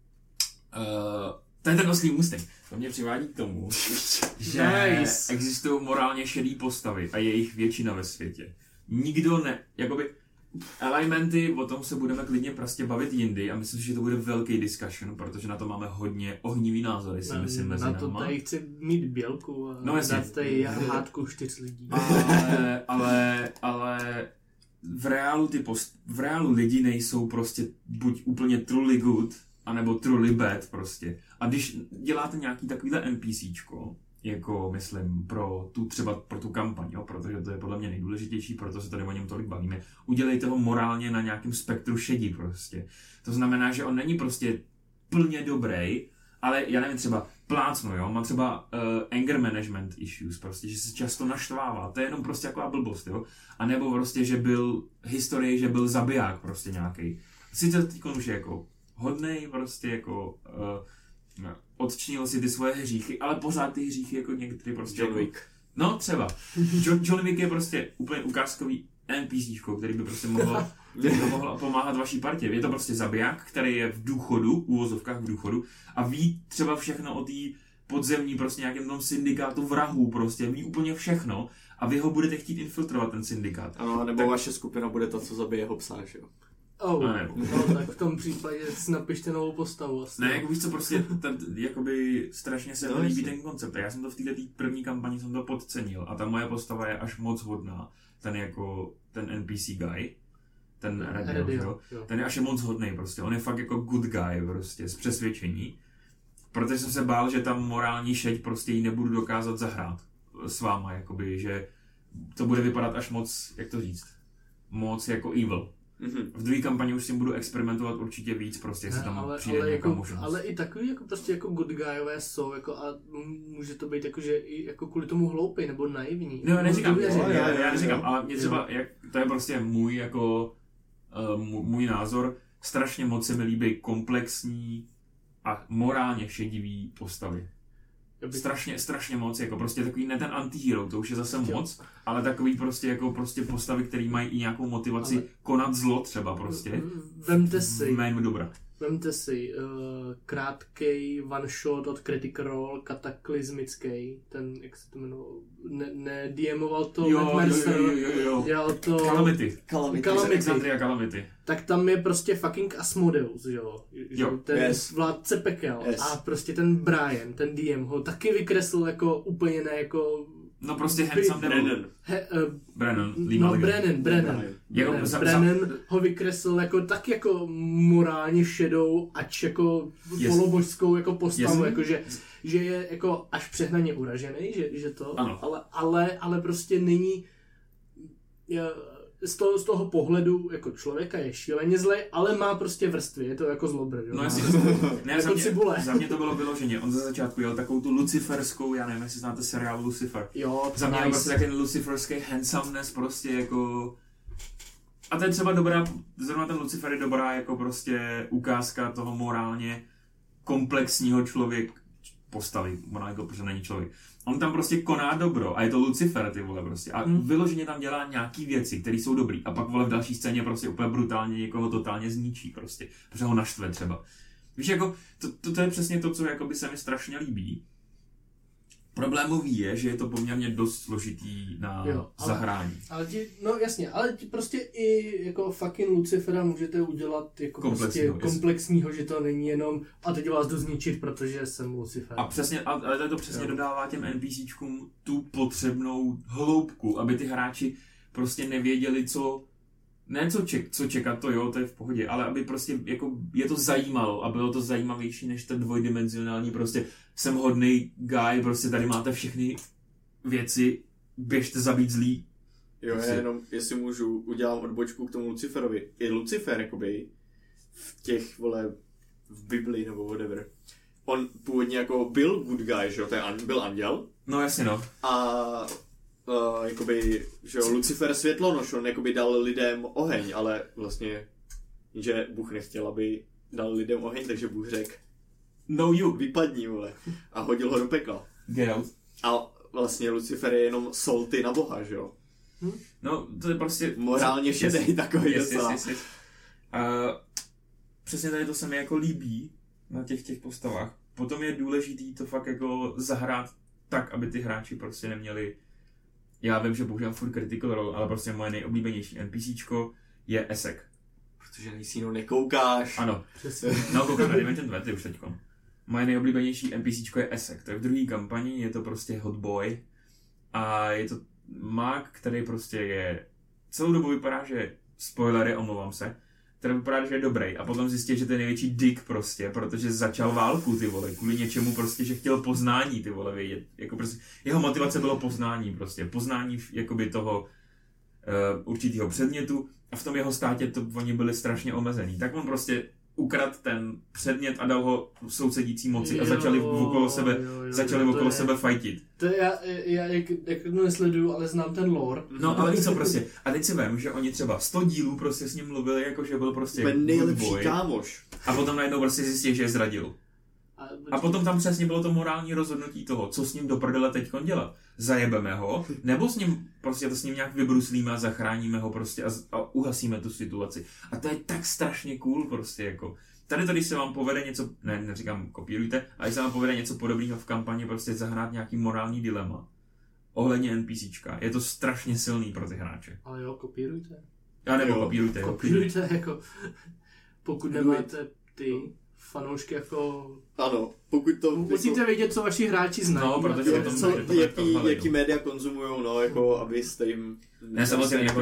to je ten oslý můstek. To mě přivádí k tomu, že existují morálně šedý postavy a je jich většina ve světě. Nikdo ne, jakoby elementy, o tom se budeme klidně prostě bavit jindy a myslím, že to bude velký discussion, protože na to máme hodně ohnivý názory, si myslím, mezi náma. Na to tady chci mít Bělku a dát tady hádku 4 lidí. Ale v reálu lidi nejsou prostě buď úplně truly good, anebo truly bad prostě. A když děláte nějaký takovýhle NPCčko, jako myslím pro tu kampaň, jo, protože to je podle mě nejdůležitější, proto se tady o něm tolik bavíme. Udělejte ho morálně na nějakém spektru šedí prostě. To znamená, že on není prostě plně dobrý, ale já nevím, třeba plácnu, jo, má třeba anger management issues, prostě, že se často naštvává, to je jenom prostě taková blbost, jo. A nebo prostě, že byl zabiják prostě nějaký. Sice teď už je jako hodnej, prostě jako odčinil si ty svoje hříchy, ale pořád ty hříchy jako některý prostě... John Wick. No, třeba. John Wick je prostě úplně ukázkový NPCčko, který by prostě mohl pomáhat vaší partě. Je to prostě zabiják, který je v důchodu, uvozovkách v důchodu a ví třeba všechno o té podzemní prostě nějakém tom syndikátu vrahů prostě, ví úplně všechno a vy ho budete chtít infiltrovat, ten syndikát. Ano, nebo tak... vaše skupina bude ta, co zabije jeho psa, že jo? No, tak v tom případě si napište novou postavu asi. Ne, jako víš co, prostě jakoby strašně se mi líbí ten koncept. A já jsem to v této první kampani jsem to podcenil a ta moje postava je až moc hodná. Ten NPC guy, ten Radio, ten je až moc hodný prostě. On je fakt jako good guy prostě, z přesvědčení. Protože jsem se bál, že tam morální šeď prostě ji nebudu dokázat zahrát s váma, jakoby, že to bude vypadat až moc, jak to říct, moc jako evil. V druhé kampani už s tím budu experimentovat určitě víc, prostě, jestli tam přijde nějaká možnost. Ale i takový jako prostě jako good guyové jsou, jako a může to být jako, že i jako kvůli tomu hloupý nebo naivní. No, neříkám, já neříkám, ale mě třeba, to je prostě můj jako, můj názor, strašně moc se mi líbí komplexní a morálně šedivý postavy. strašně moc, jako prostě takový ne ten antihero, to už je zase moc, ale takový prostě jako prostě postavy, který mají i nějakou motivaci konat zlo třeba prostě. Vemte si. V jménu dobra. Vemte si krátkej one shot od Critical Role, kataklizmický, ten, jak se to jmenovalo, ne DMoval to Matt Mercer, dělal to Calamity. Calamity. Tak tam je prostě fucking Asmodeus, jo, ten vládce pekel a prostě ten Brian, ten DM ho taky vykreslil jako úplně ne jako... No prostě handsome devil. Brennan. Brennan ho vykreslil jako tak jako morálně šedou, ač jako polobožskou jako postavu, jako že je jako až přehnaně uražený, že to, ale prostě není z toho pohledu jako člověka je šíleně zlej, ale má prostě vrstvy, je to jako zlobr, jo? No jasně, za mě to bylo vyloženě, on za začátku jel takovou tu luciferskou, já nevím, jestli znáte seriál Lucifer. Jo, za mě prostě takový luciferský handsomeness prostě jako... A to je třeba dobrá, zrovna ten Lucifer je dobrá jako prostě ukázka toho morálně komplexního postavy, morálně, protože není člověk. On tam prostě koná dobro a je to Lucifer, ty vole, prostě. A vyloženě tam dělá nějaký věci, které jsou dobrý. A pak, vole, v další scéně prostě úplně brutálně někoho totálně zničí, prostě. Protože ho naštve třeba. Víš, jako, to je přesně to, co jakoby se mi strašně líbí. Problémový je, že je to poměrně dost složitý na zahrání. No jasně, ale prostě i jako fucking Lucifera můžete udělat jako komplexního, že to není jenom a teď vás jdu zničit, protože jsem Lucifer. A přesně, ale to přesně dodává těm NPCčkům tu potřebnou hloubku, aby ty hráči prostě nevěděli, co čekat, to je v pohodě, ale aby prostě jako je to zajímalo a bylo to zajímavější než ten dvojdimenzionální prostě jsem hodnej guy, prostě tady máte všechny věci, běžte zabít zlý. Jo, já jenom, jestli můžu, udělám odbočku k tomu Luciferovi. I Lucifer, jakoby, v těch, vole, v Bibli nebo whatever, on původně jako byl good guy, že jo, byl anděl. No jasně, no. A jakoby, že jo, Lucifer světlonoš, on jakoby dal lidem oheň, ale vlastně, že Bůh nechtěl, aby dal lidem oheň, takže Bůh řekl no you, vypadni, vole, a hodil ho do pekla. Get out. A vlastně Lucifer je jenom salty na Boha, že jo? No, to je prostě... morálně šedej takový docela. Přesně tady to se mi jako líbí na těch postavách. Potom je důležitý to fakt jako zahrát tak, aby ty hráči prostě neměli... Já vím, že používám furt Critical Role, ale prostě moje nejoblíbenější NPCčko je Esek. Protože na jinou nekoukáš. Ano. Přesně. No, koukám na Dimension 20 už teďko. Moje nejoblíbenější NPCčko je Esek. To je v druhé kampani, je to prostě hot boy. A je to mák, který prostě je... Celou dobu vypadá, že... Spoilery, omlouvám se. Který vypadá, že je dobrý. A potom zjistil, že to je největší dick prostě, protože začal válku, ty vole. Kvůli něčemu prostě, že chtěl poznání, ty vole, vědět. Jako prostě, jeho motivace bylo poznání prostě. Poznání jakoby toho určitého předmětu. A v tom jeho státě oni byli strašně omezený. Tak on prostě ukradl ten předmět a dal ho sousedící moci a začali okolo sebe fajtit. To já jak to nesleduju, ale znám ten lore. No ale víš co prostě, a teď si vem, že oni třeba 100 dílů prostě s ním mluvili, jako že byl prostě nejlepší kámoš. A potom najednou prostě zjistil, že je zradil. A potom tam přesně bylo to morální rozhodnutí toho, co s ním do prdele teďkon dělat. Zajebeme ho, nebo s ním prostě to s ním nějak vybruslíme a zachráníme ho prostě a uhasíme tu situaci. A to je tak strašně cool prostě jako. Tady to, když se vám povede něco, neříkám kopírujte, ale když se vám povede něco podobného v kampani, prostě zahrát nějaký morální dilema ohledně NPCčka. Je to strašně silný pro ty hráče. Ale jo, kopírujte. Já nebo kopírujte. Kopírujte jako, pokud nemáte ty fanoušky jako... Ano, pokud to... Musíte vědět, co vaši hráči znají. No, protože jaký média konzumujou, no, jako abyste jim... Ne, samozřejmě jako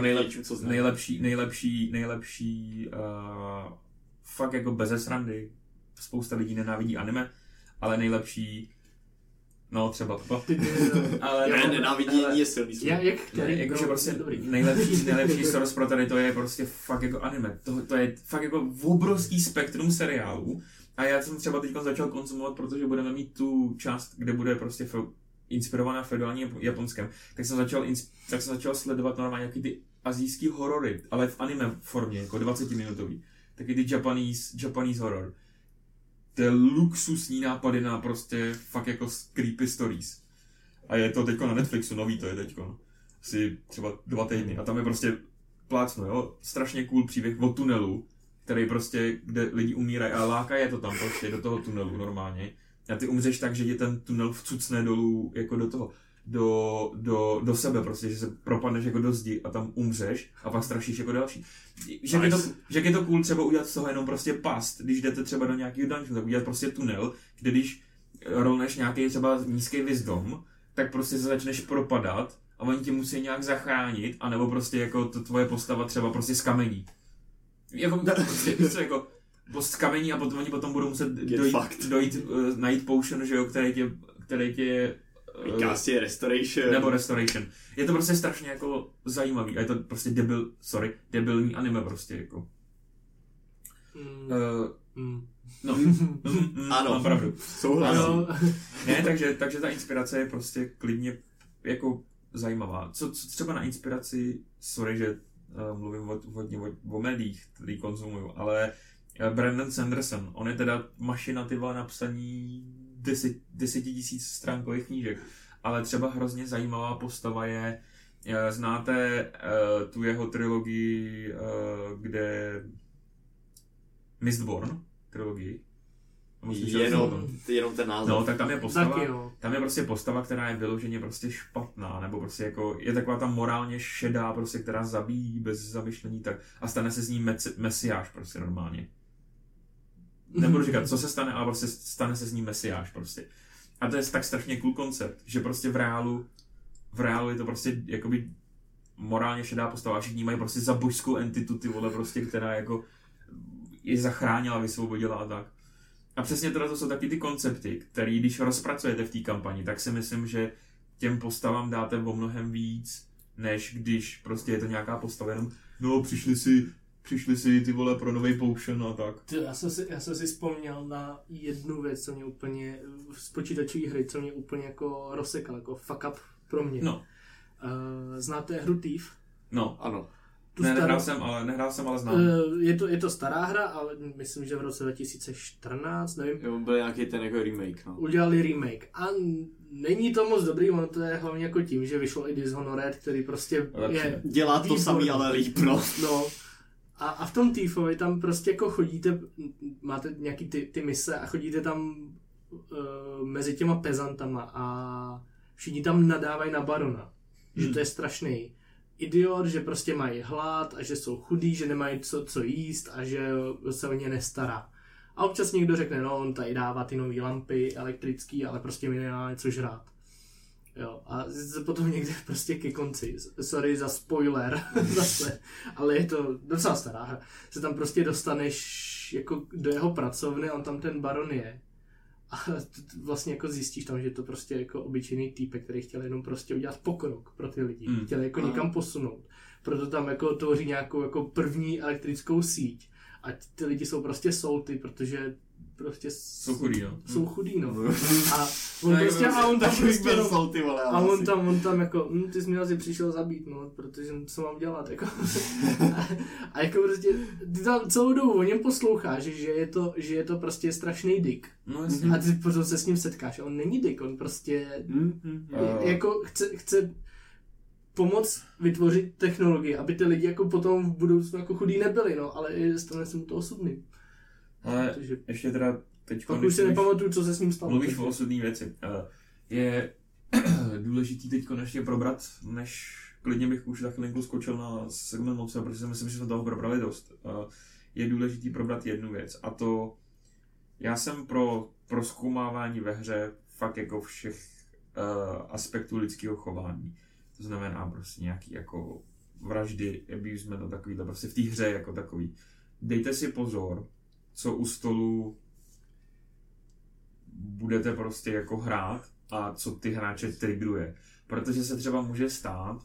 nejlepší fakt jako beze srandy. Spousta lidí nenávidí anime, ale nejlepší... No, třeba to. Ale nenávidění je silný. Jakože prostě nejlepší source pro tady to je prostě fakt jako anime. To je fakt jako obrovský spektrum seriálů. A já jsem třeba teď začal konzumovat, protože budeme mít tu část, kde bude prostě inspirovaná feudálním Japonskem. Tak jsem začal sledovat normálně nějaký ty asijský horory, ale v anime formě, jako 20-minutový. Taky ty Japanese horror. To je luxusní nápady na prostě fakt jako creepy stories. A je to teďko na Netflixu, nový to je teďko. Asi třeba 2 týdny. A tam je prostě plácno, jo. Strašně cool příběh o tunelu, který prostě, kde lidi umírají a láká je to tam prostě do toho tunelu normálně. A ty umřeš tak, že tě ten tunel vcucne dolů jako do toho. Do sebe prostě, že se propadneš jako do zdi a tam umřeš a pak strašíš jako další. Že je to cool třeba udělat z toho jenom prostě past, když jdete třeba do nějakého dungeonu, tak udělat prostě tunel, kde když rolneš nějaký třeba nízký wisdom, tak prostě se začneš propadat a oni tě musí nějak zachránit, anebo prostě jako to tvoje postava třeba prostě z kamení. Jako prostě jako z kamení a potom oni potom budou muset dojít najít potion, že jo, který tě Castě restoration. Nebo restoration. Je to prostě strašně jako zajímavý a je to prostě debilní anime prostě jako. Ano, mám pravdu. Souhlasím. Ne, takže ta inspirace je prostě klidně jako zajímavá. Co třeba na inspiraci, sorry, že mluvím hodně o médiích, který konzumuju, ale Brandon Sanderson, on je teda mašina ty vole na psaní 10 000 stránkových knížek, ale třeba hrozně zajímavá postava je, znáte tu jeho trilogii, kde Mistborn trilogii? Jenom ten název. No, tak tam je prostě postava, která je vyloženě prostě špatná, nebo prostě jako, je taková tam morálně šedá, prostě, která zabíjí bez zamyšlení, tak a stane se z ní mesiáš prostě normálně. Nebudu říkat, co se stane, ale prostě stane se z ní mesiáš prostě. A to je tak strašně cool koncept, že prostě v reálu je to prostě jakoby morálně šedá postava a všichni mají prostě za božskou entitu ty vole prostě, která jako je zachránila, vysvobodila a tak. A přesně to jsou taky ty koncepty, které když rozpracujete v té kampani, tak si myslím, že těm postavám dáte o mnohem víc, než když prostě je to nějaká postava jenom, no přišli si ty vole pro nový potion a tak. Já jsem si vzpomněl na jednu věc, co mě úplně, z počítačové hry, co mě úplně jako rozsekal, jako fuck up pro mě. No. Znáte hru Thief? No. Ano. Nehrál jsem, ale znám. Je to stará hra, ale myslím, že v roce 2014, nevím. Jo, byl nějaký ten jako remake, no. Udělali remake a není to moc dobrý, ono to je hlavně jako tím, že vyšlo i Dishonored, který prostě je... Dělá to samý, ale líp, no. No. A v tom Thiefovi tam prostě jako chodíte, máte nějaký ty mise a chodíte tam mezi těma pezantama a všichni tam nadávají na barona, že to je strašný idiot, že prostě mají hlad a že jsou chudí, že nemají co jíst a že se o ně nestará. A občas někdo řekne, no on tady dává ty nový lampy elektrický, ale prostě mi nedá něco žrát. Jo, a potom někde prostě ke konci, sorry za spoiler zase, ale je to docela stará hra, se tam prostě dostaneš jako do jeho pracovny, on tam ten baron je a vlastně jako zjistíš tam, že je to prostě jako obyčejný týpek, který chtěl jenom prostě udělat pokrok pro ty lidi, chtěl jako někam posunout, proto tam jako tvoří nějakou jako první elektrickou síť a ty lidi jsou prostě salty, protože prostě jsou chudí, no. Jsou chudí, no. A on prostě, a on tam prostě, on tam jako, ty jsi mě asi přišel zabít, no, protože co mám dělat, jako. A jako prostě, ty tam celou dobu o něm posloucháš, že je to prostě strašný dick. No, jasně. A ty potom se s ním setkáš, on není dick, on prostě, jako chce pomoct vytvořit technologii, aby ty lidi jako potom v budoucnu jako chudí nebyli, no, ale stane se mu to osudným. Ale protože ještě teda teď... Pak už si nepamatuju, co se s ním stalo. Mluvíš o osudný věci. Je důležitý teď ještě probrat, než klidně bych už za chvilinku skočil na segment moc, protože si myslím, že jsme toho probrali dost. Je důležitý probrat jednu věc a to já jsem pro prozkoumávání ve hře fakt jako všech aspektů lidského chování. To znamená prostě nějaký jako vraždy, abusement a takovýhle, prostě v té hře jako takový. Dejte si pozor, co u stolu budete prostě jako hrát a co ty hráče triggeruje. Protože se třeba může stát,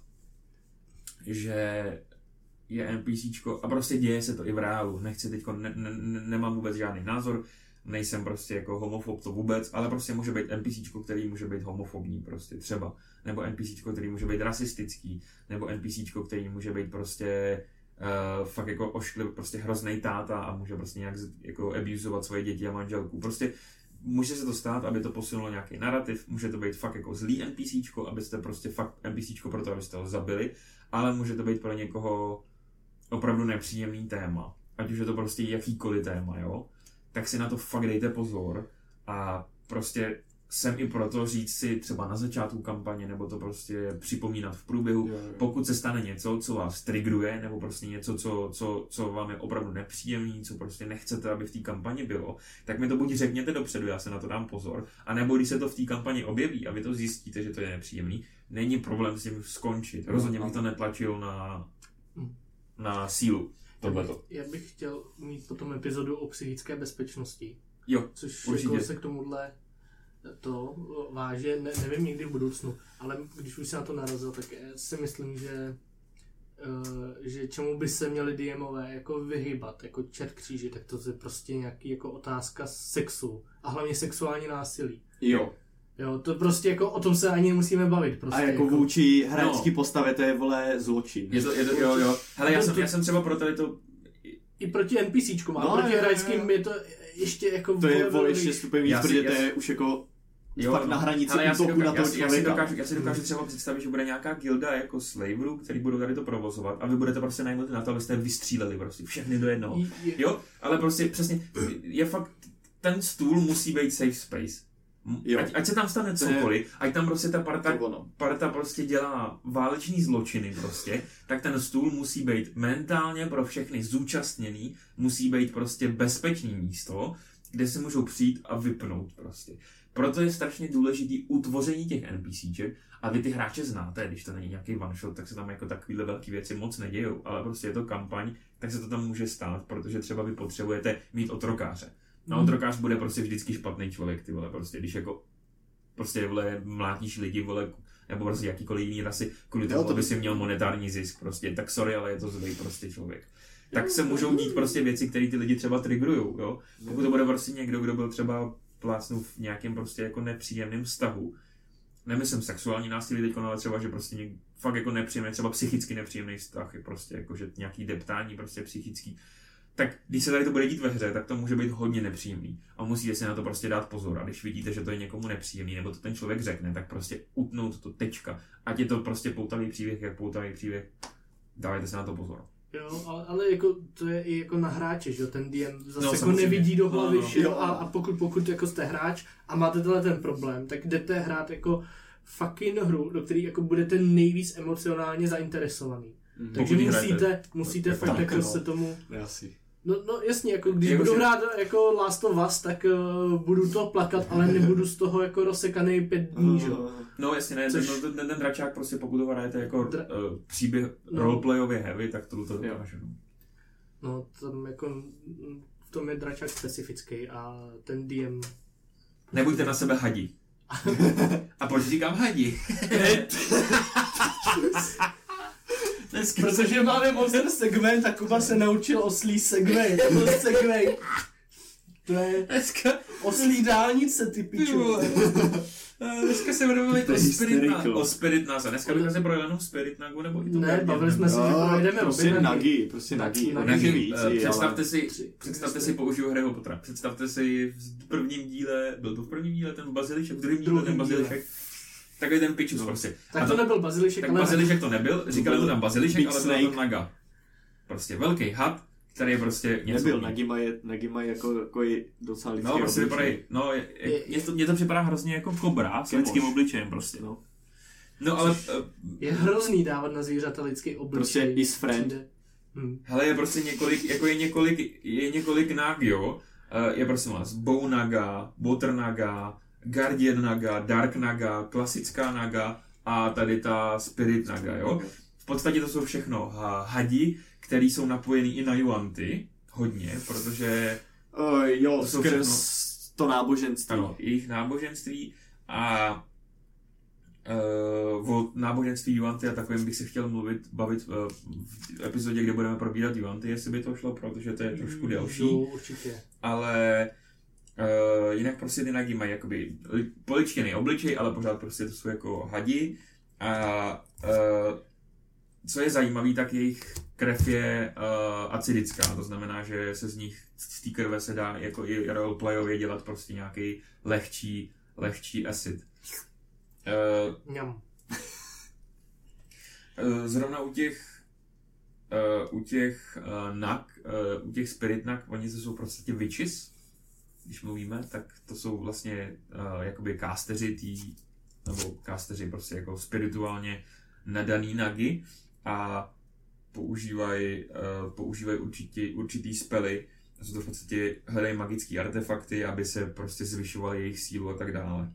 že je NPCčko a prostě děje se to i v reálu. Nechci teďko, nemám vůbec žádný názor, nejsem prostě jako homofob to vůbec, ale prostě může být NPCčko, který může být homofobní prostě třeba. Nebo NPCčko, který může být rasistický. Nebo NPCčko, který může být prostě fakt jako ošklivý, prostě hroznej táta a může prostě nějak jako abusovat svoje děti a manželku. Prostě může se to stát, aby to posunulo nějaký narrativ, může to být fakt jako zlý NPCčko, abyste prostě fakt NPCčko pro to, abyste ho zabili, ale může to být pro někoho opravdu nepříjemný téma. Ať už je to prostě jakýkoliv téma, jo? Tak si na to fakt dejte pozor a prostě jsem i proto říct si třeba na začátku kampaně, nebo to prostě připomínat v průběhu, pokud se stane něco, co vás trigruje, nebo prostě něco, co vám je opravdu nepříjemný, co prostě nechcete, aby v té kampani bylo, tak mi to buď řekněte dopředu, já se na to dám pozor, anebo když se to v té kampani objeví a vy to zjistíte, že to je nepříjemný, není problém s tím skončit. Rozhodně bych to netlačil na sílu. Já bych chtěl mít potom epizodu o psychické bezpečnosti. Jo, což určitě. jako se k tomuhle to váže, nevím někdy v budoucnu, ale když už se na to narazil, tak si myslím, že čemu by se měli DMové jako vyhybat, jako čert kříži, tak to je prostě nějaký jako otázka sexu a hlavně sexuální násilí. Jo, to prostě jako o tom se ani nemusíme bavit. Prostě a jako vůči hráčský postavě to je, vole, zločin. Je to jo. Hele, já jsem třeba pro tady to... I proti NPCčkům, a proti hráčským je to ještě jako... To je, vole, ještě stupeň víc, protože to je už jako... fakt na hranici útoku na toho člověka. Já si dokážu třeba představit, že bude nějaká gilda jako slaverů, který budou tady to provozovat a vy budete prostě najmout na to, abyste vystříleli prostě všechny do jednoho. Jo, ale prostě přesně, je fakt, ten stůl musí být safe space. Ať se tam stane cokoliv, ať tam prostě ta parta prostě dělá váleční zločiny prostě, tak ten stůl musí být mentálně pro všechny zúčastněný, musí být prostě bezpečný místo, kde se můžou přijít a vypnout prostě. Proto je strašně důležitý utvoření těch NPCček a vy ty hráče znáte, když to není nějaký one shot, tak se tam jako takovýhle velké věci moc nedějou, ale prostě je to kampaň, tak se to tam může stát, protože třeba vy potřebujete mít otrokáře. No otrokář bude prostě vždycky špatný člověk, ty vole, prostě, když jako prostě, vole, mlátíš lidi, vole, nebo prostě jakýkoliv jiný rasy, kvůli tomu, aby si měl monetární zisk, prostě, tak sorry, ale je to zlej prostě člověk. Tak se můžou dít prostě věci, které ty lidi třeba trigrujou, jo. Pokud to bude prostě někdo, kdo byl třeba plácnu v nějakém prostě jako nepříjemném vztahu. Nemyslím sexuální násilí teď, ale třeba, že prostě fakt jako nepříjemný, třeba psychicky nepříjemný vztah, je prostě jako, že nějaký deptání prostě psychický. Tak když se tady to bude dít ve hře, tak to může být hodně nepříjemný. A musíte si na to prostě dát pozor. A když vidíte, že to je někomu nepříjemný, nebo to ten člověk řekne, tak prostě utnout to tečka. Ať je to prostě poutavý příběh, jak poutavý příběh, dávajte se na to pozor. Jo, ale jako to je i jako na hráče, že jo, ten DM zase jako nevidí do hlavy, jo, a pokud jako jste hráč a máte tenhle ten problém, tak jdete hrát jako fucking hru, do který jako budete nejvíc emocionálně zainteresovaný. Takže musíte fakt jako se tomu... No jasně, jako když budu hrát jako Last of Us, tak budu to plakat, ale nebudu z toho jako rozsekaný 5 dní, že jo. No jasně, ne, ten dračák prostě, pokud ho hrajete jako příběh roleplayově heavy, tak to dokáže. No tam jako v tom je dračák specifický a ten DM... Nebuďte na sebe hadi. A proč říkám hadi? Protože máme Monster Segway, tak Kuba se naučil oslí Segway. Segway. To je oslí dálnice, ty piču. Dneska se budeme mluvit o Spiritnaze. Dneska bychom se projeli jenom Spiritnagu, nebo i to ne, bavili jsme se, že projedeme prostě Nagi. Představte si, použiju Harryho Pottera. Představte si v prvním díle, byl to v prvním díle ten bazilišek, v druhém díle ten bazilišek. Takový ten pičus prostě. Tak to nebyl bazilišek, ale... bazilišek to nebyl, říkali mu tam bazilišek, ale byl to Naga. Prostě velký had, který je prostě něco... Nebyl, Nagima jako je docela lidský obličej. Prostě vypadají, mně to připadá hrozně jako kobra s lidským obličejem prostě. No ale... Je hrozný dávat na zvířata lidský obličej. Prostě is friend. Hele, je prostě několik nag, jo. Je prosím vás Bow Naga, Water Naga, Guardian Naga, Dark Naga, klasická Naga a tady ta Spirit Naga, jo. V podstatě to jsou všechno hadi, který jsou napojený i na Yuan-ti, hodně, protože... to jsou všechno... to náboženství. Ano, jejich náboženství a o náboženství Yuan-ti a takovým bych se chtěl bavit v epizodě, kde budeme probírat Yuan-ti, jestli by to šlo, protože to je trošku delší. Určitě. Ale... jinak prostě ty Nagi mají jakoby poličtěný obličej, ale pořád prostě to jsou jako hadi a co je zajímavý, tak jejich krev je acidická, to znamená, že se z té krve se dá jako i roleplayově dělat prostě nějaký lehčí acid. Zrovna u těch spirit nag, oni jsou prostě witches, když mluvíme, tak to jsou vlastně jakoby kásteři nebo kásteři prostě jako spirituálně nadaný nagy a používají určitý spely, jsou to v podstatě hledají magické artefakty, aby se prostě zvyšovaly jejich sílu a tak dále.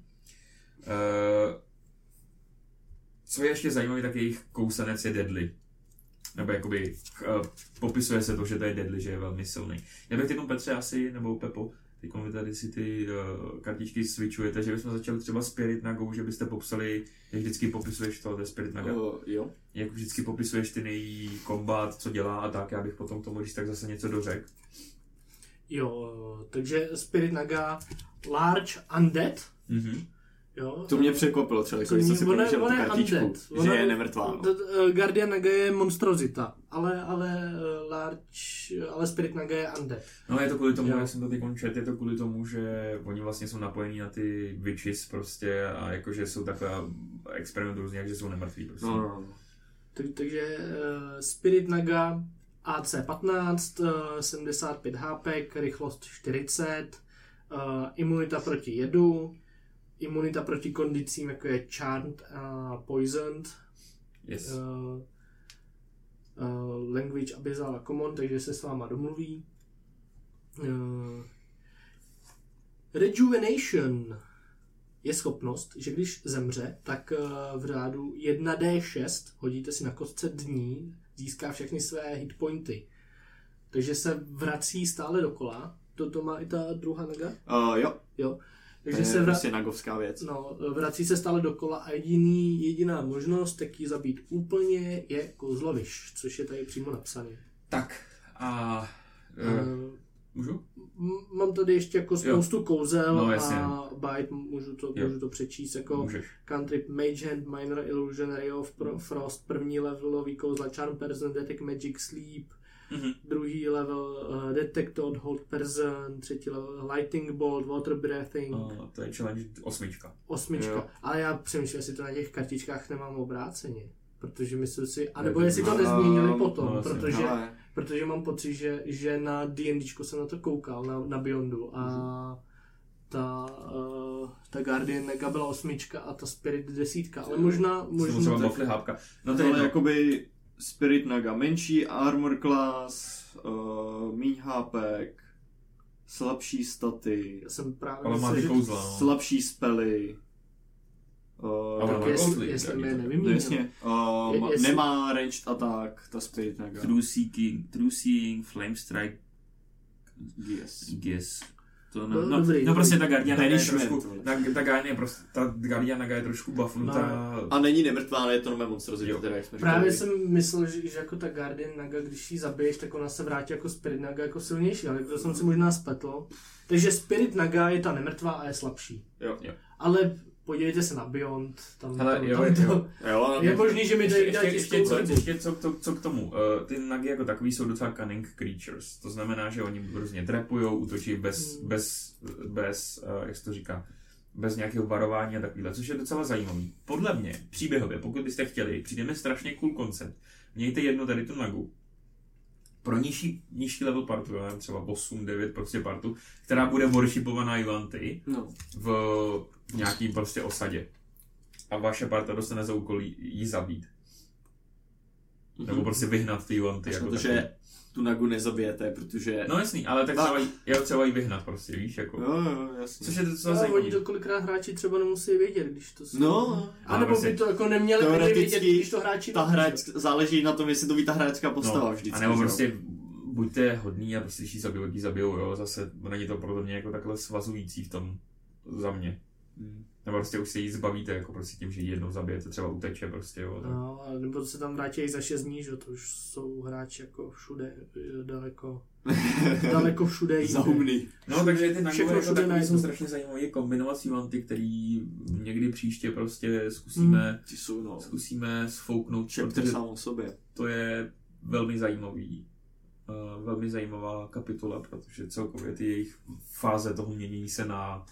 Co je ještě zajímavé, tak jejich kousanec je deadly. Nebo jakoby popisuje se to, že to je deadly, že je velmi silný. Já bych jenom Petře asi, nebo Pepo, teď vy tady si ty kartičky switchujete, že bychom začali třeba Spirit Nagou, že byste popsali, jak vždycky popisuješ to je Spirit Naga. Jo. Jak vždycky popisuješ ty kombat, co dělá a tak, já bych potom tomu když tak zase něco dořekl. Jo, takže Spirit Naga Large Undead. Jo, to mě překvapilo třeba, když jsem si prošel tu kartičku, že je nemrtvá. Guardian Naga je monstrozita, ale Spirit Naga je undead. No je to kvůli tomu, jak jsem to teď četl, je to kvůli tomu, že oni vlastně jsou napojení na ty witches prostě a jakože jsou takové experimenty různě, jak že jsou nemrtví prostě. No. Takže Spirit Naga AC 15, 75 HP, rychlost 40, imunita proti jedu, imunita proti kondicím, jako je Charmed a Poisoned. Yes. Language Abyssal a Common, takže se s váma domluví. Rejuvenation je schopnost, že když zemře, tak v řádu 1d6 hodíte si na kostce dní, získá všechny své hitpointy. Takže se vrací stále dokola. To má i ta druhá naga? Jo. Takže to je prostě nagovská věc. No, vrací se stále dokola a jediná možnost, jak ji zabít úplně, je kouzloviš, což je tady přímo napsaný. Tak a... můžu? Mám tady ještě jako spoustu kouzel a bite, můžu to přečíst jako Můžeš. Cantrip Mage Hand, Minor Illusion, Ray of Frost, první levelový kouzla Charm Person, Detect Magic Sleep, druhý level Detect Hold Person, třetí level Lightning Bolt, Water Breathing. To je challenge 8. Ale já přemýšlím, jestli to na těch kartičkách nemám obráceně. Protože myslím si, anebo jestli to nezměnili potom, protože mám pocit, že na D&Dčku jsem na to koukal, na Beyondu a ta Guardian Naga byla 8 a ta Spirit 10, ale možná hápka. No to je jakoby Spirit Naga menší armor class, míň hápek, slabší staty, já jsem právě ale má ty kouzla, slabší spely. Tak jestli mě nevyměnil. Jasně. Nemá ranged attack, ta Spirit Naga. True Seeing, Flame Strike, Yes. No prostě ta Guardian Naga je trošku, ta Guardian Naga je trošku buffnutá. A není nemrtvá, ale je to nové monstro, teda jak jsme právě jsem myslel, že jako ta Guardian Naga, když ji zabiješ, tak ona se vrátí jako Spirit Naga jako silnější, ale to jsem si možná spletl. Takže Spirit Naga je ta nemrtvá a je slabší. Jo. Ale podívejte se na Beyond, je možný, že mi tady dá ještě co k tomu. Ty nagy jako takový jsou docela cunning creatures. To znamená, že oni různě trapujou, útočí bez jak se to říká, bez nějakého varování a takovýhle, což je docela zajímavý. Podle mě, příběhově, pokud byste chtěli, přijde mi strašně cool koncept. Mějte jednu tady tu nagu. Pro nižší level partu, třeba 8-9 prostě partu, která bude worshipovaná Yuan-Ti v nějakým prostě osadě. A vaše parta dostane za úkol jí zabít. Nebo prostě vyhnat ty Yuan-Ti. Jako protože tu nagu nezabijete, protože... No jasný, ale tak třeba jí vyhnat prostě, víš, jako... Jo, jasný. Což je docela zajímavý. Oni to kolikrát hráči třeba nemusí vědět, když to... A nebo prostě by to jako neměli vědět, když to hráči... Záleží na tom, jestli to ví ta hráčská postava vždycky. A nebo prostě buďte hodný a prostě když jí zabijou, jo, zase není to pro mě jako takhle svazující v tom za mě. Nebo prostě už se jí zbavíte, jako prostě tím, že ji jednou zabijete, třeba uteče prostě, jo. Tak. No, nebo se tam vrátí za 6 dní, že to už jsou hráči jako všude, daleko všude jinde. Zahubný. No, takže ty Všechno nagové všude jako najednou. jsou strašně zajímavé kombinovací vanty, který někdy příště prostě zkusíme, Ty jsou, no, zkusíme sfouknout, chapter protože sám o sobě. to je velmi zajímavý. Velmi zajímavá kapitola, protože celkově ty jejich fáze toho měnění se na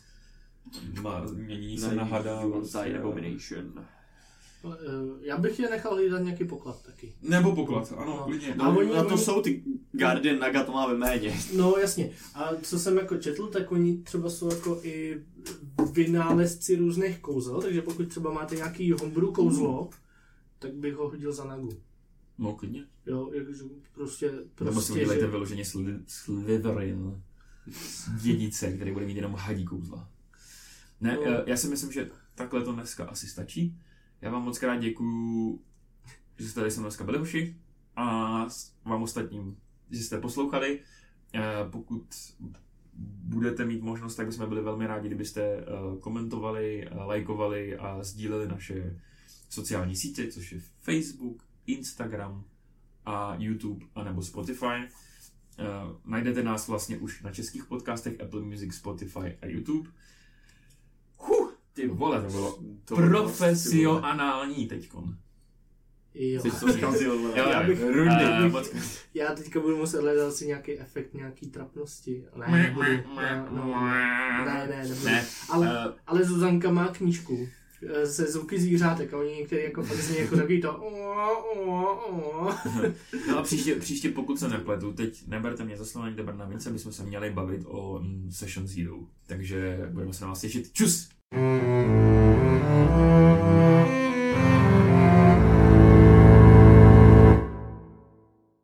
hada. Yuan-Tai Abomination. Já bych je nechal hlídat nějaký poklad taky. Nebo poklad, ano, No. klidně. No, oni- na to jsou ty Guardian Naga, to má ve méně. No jasně. A co jsem jako četl, tak oni třeba jsou jako i vynálezci různých kouzel, takže pokud třeba máte nějaký homebrew kouzlo, tak bych ho hodil za Nagu. No, klidně. Jo, jakože prostě Nebo si udělejte že... vyloženě Slytherin. Dědice, který bude mít jenom hadí kouzla. Ne, No. já si myslím, že takhle to dneska asi stačí. Já vám moc krát děkuju, že jste tady se dneska byli, hoši. A vám ostatním, že jste poslouchali. Pokud budete mít možnost, tak bychom byli velmi rádi, kdybyste komentovali, lajkovali a sdíleli naše sociální sítě, což je Facebook, Instagram a YouTube anebo Spotify. Najdete nás vlastně už na českých podcastech Apple Music, Spotify a YouTube. Ty vole, to bylo profesionální teďkon. Jo. Teď to zkazil, vole. Jo, Já bych- rundy. Já teďka budu muset hledat si nějaký efekt, nějaký trapnosti. Ne, nebudu. Nebudu. Ne, Ale Zuzanka má knížku se zvuky zvířátek a oni některý jako fakt zní jako takový to no a příště, pokud se nepletu, teď neberte mě za slovo ani do Brnavice, bychom se měli bavit o Session Zero. Takže budeme se na vás těšit. Čus!